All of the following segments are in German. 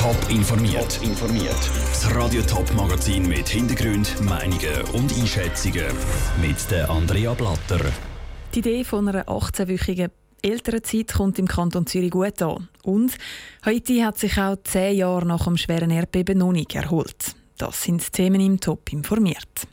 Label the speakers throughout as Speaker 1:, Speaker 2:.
Speaker 1: Top informiert. Das Radio Top Magazin mit Hintergrund, Meinungen und Einschätzungen mit der Andrea Blatter.
Speaker 2: Die Idee von einer 18-wöchigen Elternzeit kommt im Kanton Zürich gut an. Und Haiti hat sich auch 10 Jahre nach dem schweren Erdbeben noch nicht erholt. Das sind die Themen im Top informiert.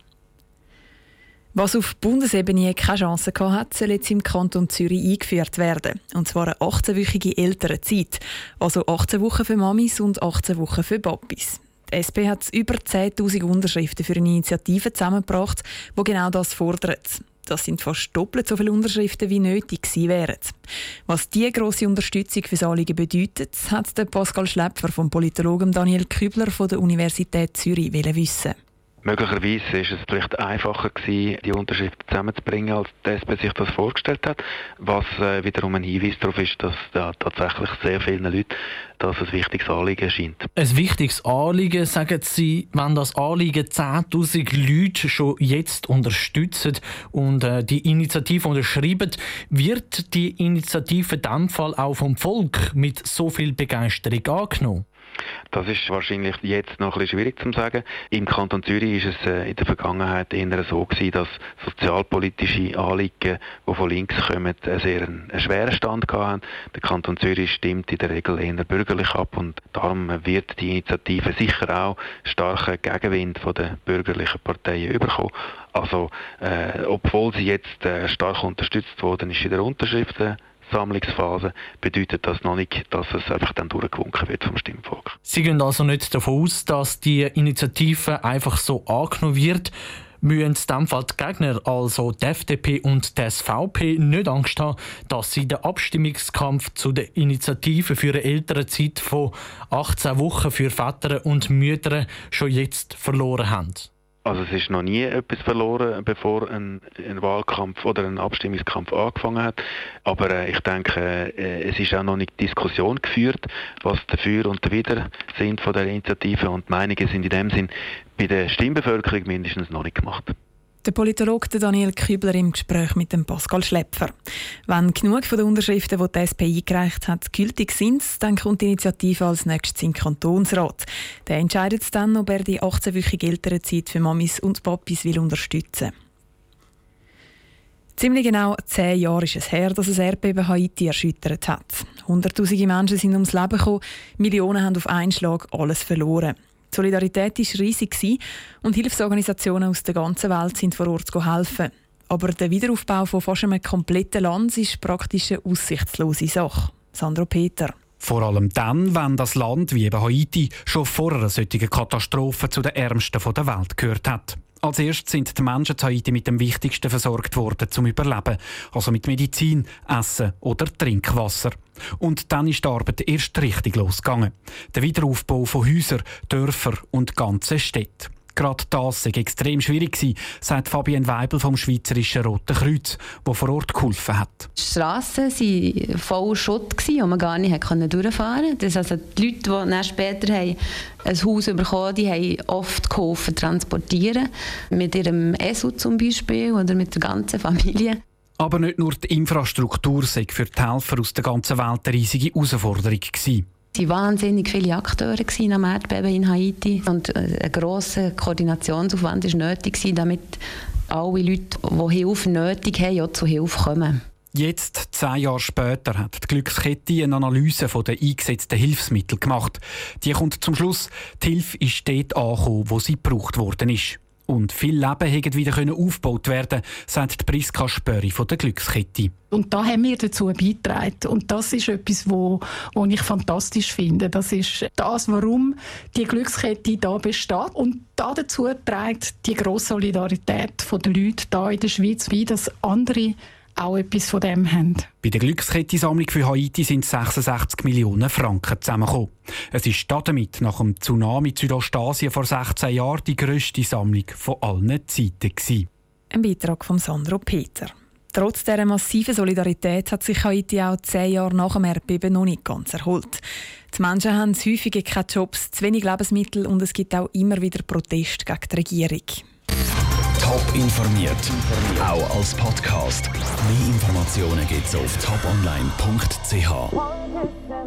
Speaker 2: Was auf Bundesebene keine Chance hatte, soll jetzt im Kanton Zürich eingeführt werden. Und zwar eine 18-wöchige Elternzeit. Also 18 Wochen für Mamis und 18 Wochen für Papis. Die SP hat über 10'000 Unterschriften für eine Initiative zusammengebracht, die genau das fordert. Das sind fast doppelt so viele Unterschriften, wie nötig gewesen wären. Was diese grosse Unterstützung für das Anliegen bedeutet, hat der Pascal Schläpfer vom Politologen Daniel Kübler von der Universität Zürich wissen.
Speaker 3: Möglicherweise war es vielleicht einfacher gewesen, die Unterschriften zusammenzubringen, als die SP sich das vorgestellt hat. Was wiederum ein Hinweis darauf ist, dass da tatsächlich sehr vielen Leuten das ein wichtiges Anliegen scheint.
Speaker 4: Ein wichtiges Anliegen, sagen Sie, wenn das Anliegen 10'000 Leute schon jetzt unterstützen und die Initiative unterschreiben, wird die Initiative in diesem Fall auch vom Volk mit so viel Begeisterung angenommen?
Speaker 3: Das ist wahrscheinlich jetzt noch ein bisschen schwierig zu sagen. Im Kanton Zürich ist es in der Vergangenheit eher so gewesen, dass sozialpolitische Anliegen, die von links kommen, einen schweren Stand hatten. Der Kanton Zürich stimmt in der Regel eher bürgerlich ab und darum wird die Initiative sicher auch starken Gegenwind von den bürgerlichen Parteien bekommen. Also, obwohl sie jetzt stark unterstützt worden ist in der Unterschriftensammlungsphase, bedeutet das noch nicht, dass es einfach dann durchgewunken wird vom Stimmvolk.
Speaker 4: Sie gehen also nicht davon aus, dass die Initiative einfach so angenommen wird. Müssen in diesem Fall die Gegner, also die FDP und die SVP, nicht Angst haben, dass sie den Abstimmungskampf zu der Initiative für eine Elternzeit von 18 Wochen für Väter und Mütter schon jetzt verloren haben?
Speaker 3: Also es ist noch nie etwas verloren, bevor ein Wahlkampf oder ein Abstimmungskampf angefangen hat. Aber ich denke, es ist auch noch nicht Diskussion geführt, was dafür und dawider sind von der Initiative. Und die Meinungen sind in dem Sinn bei der Stimmbevölkerung mindestens noch nicht gemacht.
Speaker 2: Der Politologe Daniel Kübler im Gespräch mit dem Pascal Schläpfer. Wenn genug von den Unterschriften, die die SP eingereicht hat, gültig sind, dann kommt die Initiative als nächstes in den Kantonsrat. Der entscheidet dann, ob er die 18-wöchige Elternzeit für Mamis und Papis will unterstützen. Ziemlich genau 10 Jahre ist es her, dass das Erdbeben Haiti erschüttert hat. Hunderttausende Menschen sind ums Leben gekommen, Millionen haben auf einen Schlag alles verloren. Die Solidarität war riesig und Hilfsorganisationen aus der ganzen Welt sind vor Ort helfen. Aber der Wiederaufbau von fast einem kompletten Land ist praktisch eine aussichtslose Sache. Sandro Peter.
Speaker 5: Vor allem dann, wenn das Land wie eben Haiti schon vor einer solchen Katastrophe zu den Ärmsten der Welt gehört hat. Als erstes sind die Menschen zu Haiti mit dem Wichtigsten versorgt worden zum Überleben, also mit Medizin, Essen oder Trinkwasser. Und dann ist die Arbeit erst richtig losgegangen. Der Wiederaufbau von Häusern, Dörfern und ganzen Städten. Gerade das sei extrem schwierig gewesen, sagt Fabienne Weibel vom Schweizerischen Roten Kreuz, der vor Ort geholfen hat.
Speaker 6: Die Strassen waren voll Schutt, wo man gar nicht durchfahren konnte. Das also die Leute, die dann später ein Haus bekommen haben, die haben oft geholfen, transportieren. Mit ihrem ESU zum Beispiel oder mit der ganzen Familie.
Speaker 5: Aber nicht nur die Infrastruktur sei für die Helfer aus der ganzen Welt eine riesige Herausforderung gewesen.
Speaker 6: Es waren wahnsinnig viele Akteure am Erdbeben in Haiti und ein grosser Koordinationsaufwand war nötig, damit alle Leute, die Hilfe nötig haben, auch zu Hilfe kommen.
Speaker 5: Jetzt, 10 Jahre später, hat die Glückskette eine Analyse der eingesetzten Hilfsmittel gemacht. Die kommt zum Schluss, die Hilfe ist dort angekommen, wo sie gebraucht worden ist. Und viele Leben hätten wieder aufgebaut werden, sagt Priska Spöri von der Glückskette.
Speaker 7: Und da haben wir dazu beigetragen. Und das ist etwas, was ich fantastisch finde. Das ist das, warum die Glückskette da besteht. Und dazu trägt die grosse Solidarität der Leute hier in der Schweiz bei, dass andere auch etwas von dem haben.
Speaker 5: Bei der Glückskette-Sammlung für Haiti sind 66 Millionen Franken zusammengekommen. Es ist damit nach dem Tsunami in Südostasien vor 16 Jahren die grösste Sammlung von allen Zeiten gewesen.
Speaker 2: Ein Beitrag von Sandro Peter. Trotz dieser massiven Solidarität hat sich Haiti auch 10 Jahre nach dem Erdbeben noch nicht ganz erholt. Die Menschen haben häufig keine Jobs, zu wenig Lebensmittel und es gibt auch immer wieder Proteste gegen die Regierung.
Speaker 1: Top informiert, auch als Podcast. Mehr Informationen gibt's auf toponline.ch.